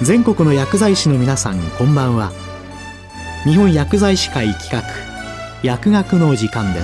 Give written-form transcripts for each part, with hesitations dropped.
全国の薬剤師の皆さん、こんばんは。日本薬剤師会企画、薬学の時間です。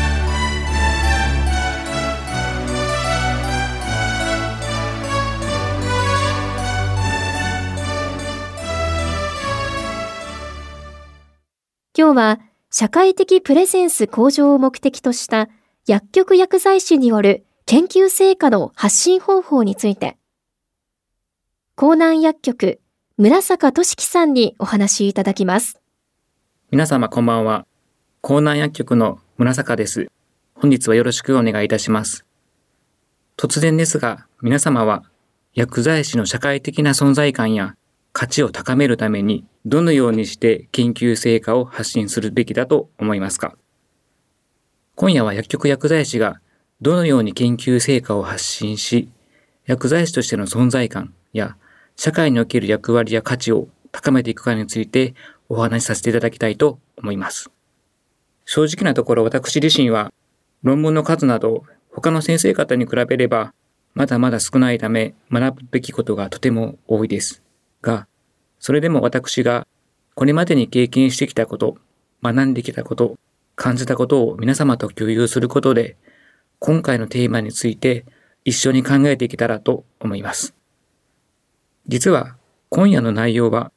今日は社会的プレゼンス向上を目的とした薬局薬剤師による研究成果の発信方法について、江南薬局村坂俊樹さんにお話しいただきます。 皆様こんばんは。江南薬局の村坂です。本日はよろしくお願いいたします。突然ですが、皆様は薬剤師の社会的な存在感や価値を高めるためにどのようにして研究成果を発信するべきだと思いますか？今夜は薬局薬剤師がどのように研究成果を発信し、薬剤師としての存在感や社会における役割や価値を高めていくかについてお話しさせていただきたいと思います。正直なところ、私自身は論文の数など他の先生方に比べればまだまだ少ないため、学ぶべきことがとても多いです。が、それでも私がこれまでに経験してきたこと、学んできたこと、感じたことを皆様と共有することで、今回のテーマについて一緒に考えていけたらと思います。実は今夜の内容は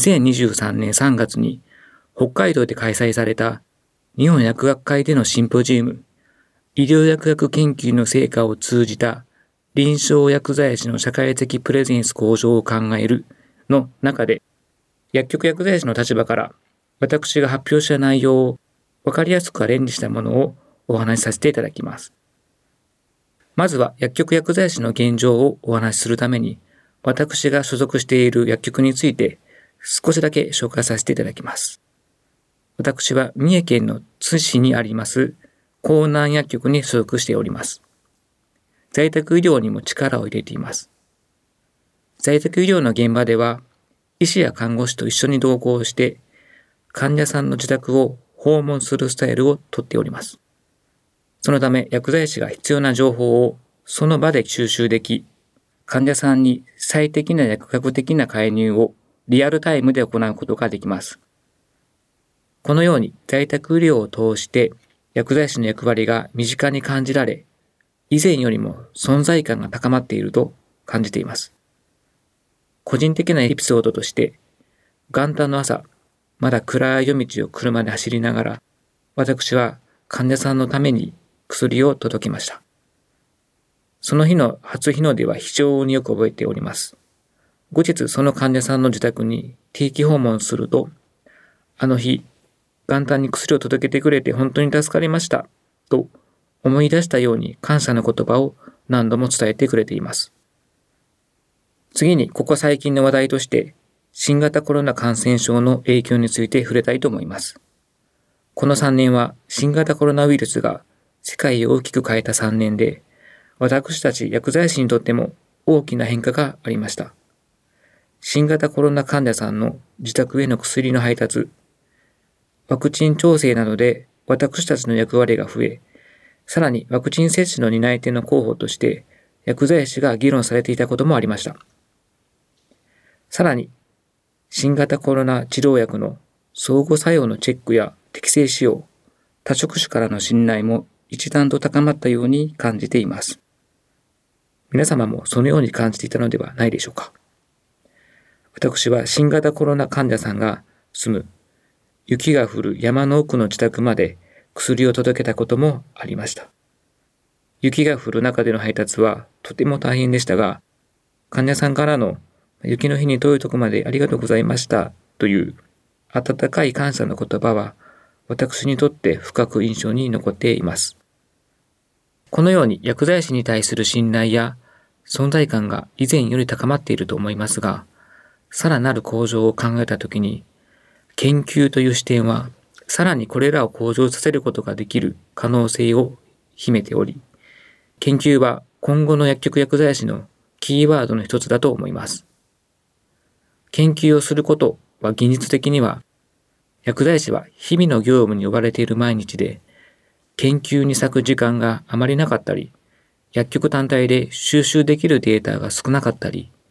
2023年3月に北海道で開催された日本薬学会でのシンポジウム、医療薬学研究の成果を通じた臨床薬剤師の社会的プレゼンス向上を考えるの中で、薬局薬剤師の立場から私が発表した内容を分かりやすくアレンジしたものをお話しさせていただきます。まずは薬局薬剤師の現状をお話しするために、私が所属している薬局について少しだけ紹介させていただきます。私は三重県の津市にあります江南薬局に所属しております。在宅医療にも力を入れています。在宅医療の現場では、医師や看護師と一緒に同行して、患者さんの自宅を訪問するスタイルをとっております。そのため、薬剤師が必要な情報をその場で収集でき、患者さんに最適な薬学的な介入をリアルタイムで行うことができます。このように在宅医療を通して薬剤師の役割が身近に感じられ、以前よりも存在感が高まっていると感じています。個人的なエピソードとして、元旦の朝、まだ暗い夜道を車で走りながら、私は患者さんのために薬を届けました。その日の初日の出は非常によく覚えております。後日その患者さんの自宅に定期訪問すると、あの日、元旦に薬を届けてくれて本当に助かりました、と思い出したように感謝の言葉を何度も伝えてくれています。次に、ここ最近の話題として、新型コロナ感染症の影響について触れたいと思います。この3年は新型コロナウイルスが世界を大きく変えた3年で、私たち薬剤師にとっても大きな変化がありました。新型コロナ患者さんの自宅への薬の配達、ワクチン調整などで私たちの役割が増え、さらにワクチン接種の担い手の候補として薬剤師が議論されていたこともありました。さらに、新型コロナ治療薬の相互作用のチェックや適正使用、他職種からの信頼も一段と高まったように感じています。皆様もそのように感じていたのではないでしょうか。私は新型コロナ患者さんが住む雪が降る山の奥の自宅まで薬を届けたこともありました。雪が降る中での配達はとても大変でしたが、患者さんからの雪の日に遠いとこまでありがとうございましたという温かい感謝の言葉は私にとって深く印象に残っています。このように薬剤師に対する信頼や存在感が以前より高まっていると思いますが、さらなる向上を考えたときに、研究という視点はさらにこれらを向上させることができる可能性を秘めており、研究は今後の薬局薬剤師のキーワードの一つだと思います。研究をすることは現実的には、薬剤師は日々の業務に追われている毎日で、研究に割く時間があまりなかったり、薬局単体で収集できるデータが少なかったり、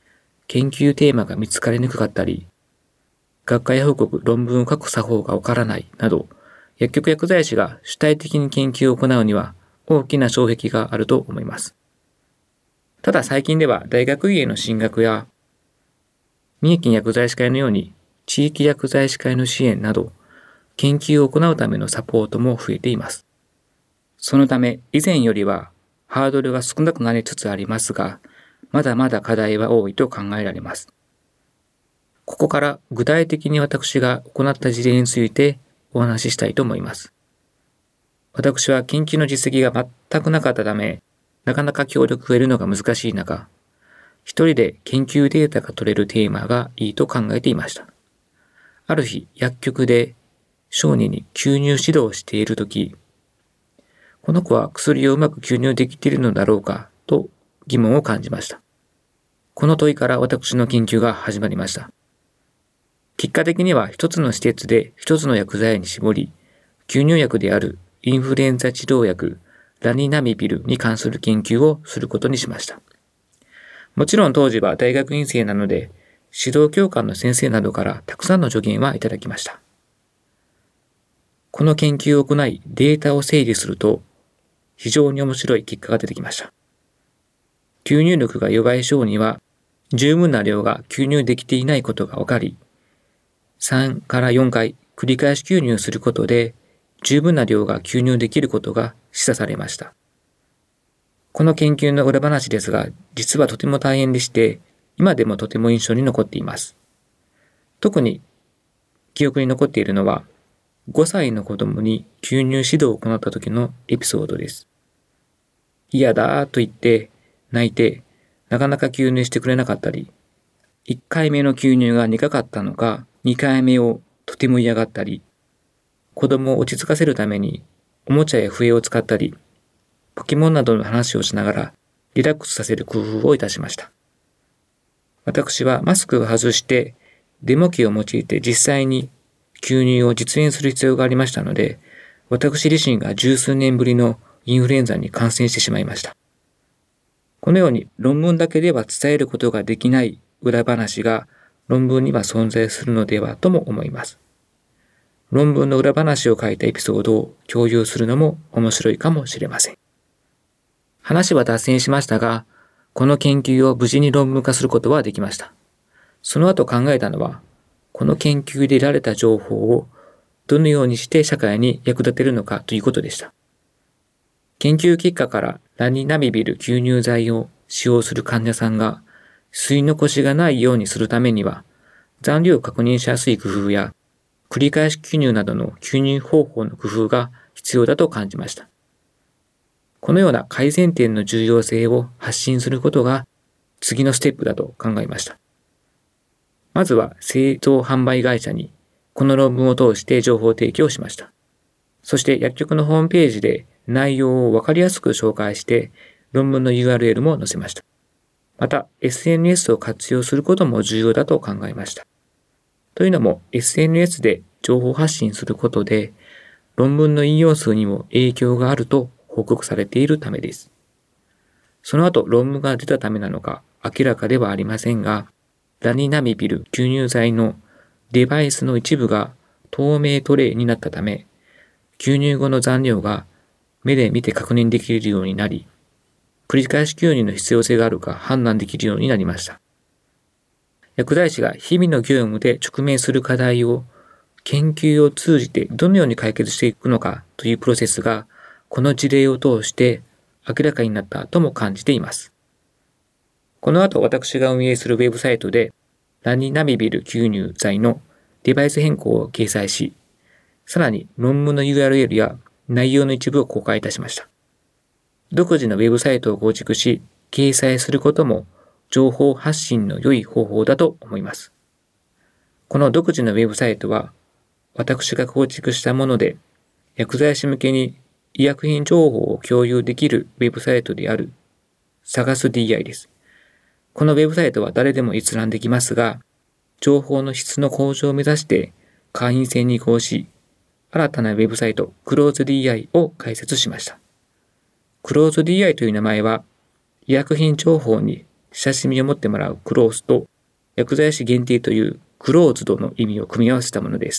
研究テーマが見つかりにくかったり、学会報告、論文を書く作法がわからないなど、薬局薬剤師が主体的に研究を行うには大きな障壁があると思います。ただ最近では大学院への進学や三重県薬剤師会のように地域薬剤師会の支援など研究を行うためのサポートも増えています。そのため以前よりはハードルが少なくなりつつありますが、まだまだ課題は多いと考えられます。ここから具体的に私が行った事例についてお話ししたいと思います。私は研究の実績が全くなかったため、なかなか協力を得るのが難しい中、一人で研究データが取れるテーマがいいと考えていました。ある日、薬局で小児に吸入指導をしているとき、この子は薬をうまく吸入できているのだろうかと疑問を感じました。この問いから私の研究が始まりました。結果的には一つの施設で一つの薬剤に絞り、吸入薬であるインフルエンザ治療薬ラニナミビルに関する研究をすることにしました。もちろん当時は大学院生なので、指導教官の先生などからたくさんの助言はいただきました。この研究を行いデータを整理すると、非常に面白い結果が出てきました。吸入力が弱い小児は十分な量が吸入できていないことが分かり、3から4回繰り返し吸入することで十分な量が吸入できることが示唆されました。この研究の裏話ですが、実はとても大変でして、今でもとても印象に残っています。特に記憶に残っているのは、5歳の子供に吸入指導を行った時のエピソードです。嫌だと言って泣いて、なかなか吸入してくれなかったり、1回目の吸入が苦かったのか、2回目をとても嫌がったり、子供を落ち着かせるためにおもちゃや笛を使ったり、ポケモンなどの話をしながらリラックスさせる工夫をいたしました。私はマスクを外してデモ機を用いて実際に吸入を実演する必要がありましたので、私自身が十数年ぶりのインフルエンザに感染してしまいました。このように論文だけでは伝えることができない裏話が論文には存在するのではとも思います。論文の裏話を書いたエピソードを共有するのも面白いかもしれません。話は脱線しましたが、この研究を無事に論文化することはできました。その後考えたのは、この研究で得られた情報をどのようにして社会に役立てるのかということでした。研究結果からラニナミビル吸入剤を使用する患者さんが吸い残しがないようにするためには、残量を確認しやすい工夫や繰り返し吸入などの吸入方法の工夫が必要だと感じました。このような改善点の重要性を発信することが次のステップだと考えました。まずは製造販売会社にこの論文を通して情報提供しました。そして薬局のホームページで内容をわかりやすく紹介して論文の URL も載せました。また SNS を活用することも重要だと考えました。というのも SNS で情報発信することで論文の引用数にも影響があると報告されているためです。その後論文が出たためなのか明らかではありませんが、ラニナミビル吸入剤のデバイスの一部が透明トレイになったため、吸入後の残量が目で見て確認できるようになり、繰り返し吸入の必要性があるか判断できるようになりました。薬剤師が日々の業務で直面する課題を研究を通じてどのように解決していくのかというプロセスがこの事例を通して明らかになったとも感じています。この後私が運営するウェブサイトでラニナミビル吸入剤のデバイス変更を掲載し、さらに論文の URL や内容の一部を公開いたしました。独自のウェブサイトを構築し、掲載することも情報発信の良い方法だと思います。この独自のウェブサイトは私が構築したもので、薬剤師向けに医薬品情報を共有できるウェブサイトである探す DI です。このウェブサイトは誰でも閲覧できますが、情報の質の向上を目指して会員制に移行し、新たなウェブサイト CloseDI を開設しました。CloseDI という名前は、医薬品情報に親しみを持ってもらうクロースと薬剤師限定というクローズドの意味を組み合わせたものです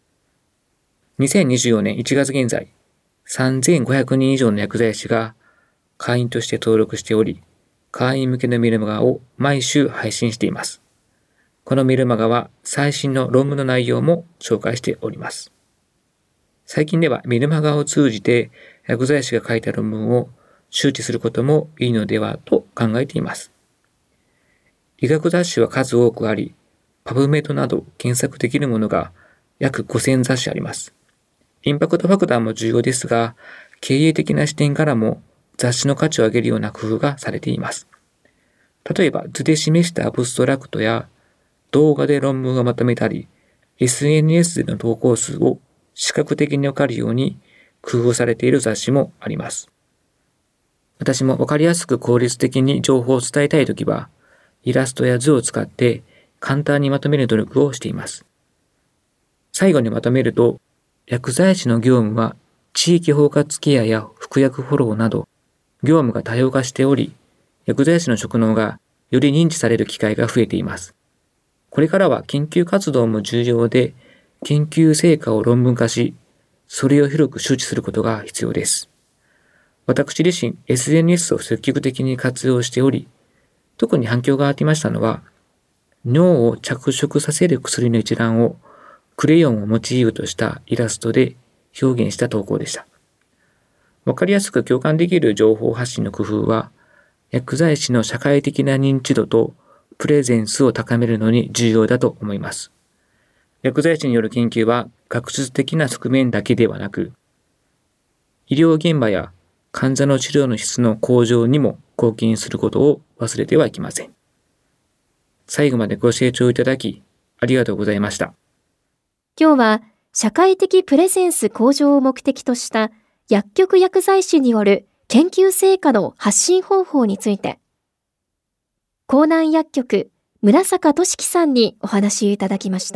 。2024年1月現在、3500人以上の薬剤師が会員として登録しており、会員向けのメルマガを毎週配信しています。このメルマガは最新の論文の内容も紹介しております。最近ではメルマガを通じて薬剤師が書いた論文を周知することもいいのではと考えています。医学雑誌は数多くあり、パブメドなど検索できるものが約5000雑誌あります。インパクトファクターも重要ですが、経営的な視点からも雑誌の価値を上げるような工夫がされています。例えば図で示したアブストラクトや動画で論文をまとめたり、SNS での投稿数を視覚的にわかるように工夫されている雑誌もあります。私もわかりやすく効率的に情報を伝えたいときは、イラストや図を使って簡単にまとめる努力をしています。最後にまとめると、薬剤師の業務は地域包括ケアや服薬フォローなど、業務が多様化しており、薬剤師の職能がより認知される機会が増えています。これからは研究活動も重要で、研究成果を論文化し、それを広く周知することが必要です。私自身 SNS を積極的に活用しており、特に反響がありましたのは、尿を着色させる薬の一覧をクレヨンをモチーフとしたイラストで表現した投稿でした。わかりやすく共感できる情報発信の工夫は、薬剤師の社会的な認知度とプレゼンスを高めるのに重要だと思います。薬剤師による研究は学術的な側面だけではなく、医療現場や患者の治療の質の向上にも貢献することを忘れてはいけません。最後までご清聴いただきありがとうございました。 今日は社会的プレゼンス向上を目的とした薬局薬剤師による研究成果の発信方法について、江南薬局村坂俊樹さんにお話いただきました。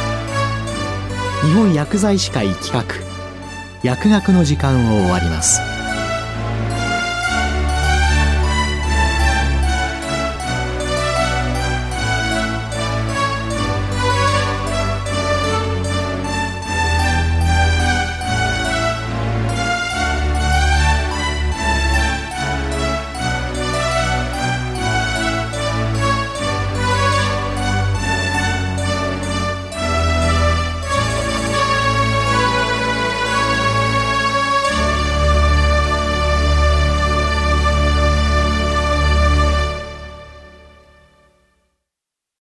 日本薬剤師会企画薬学の時間を終わります。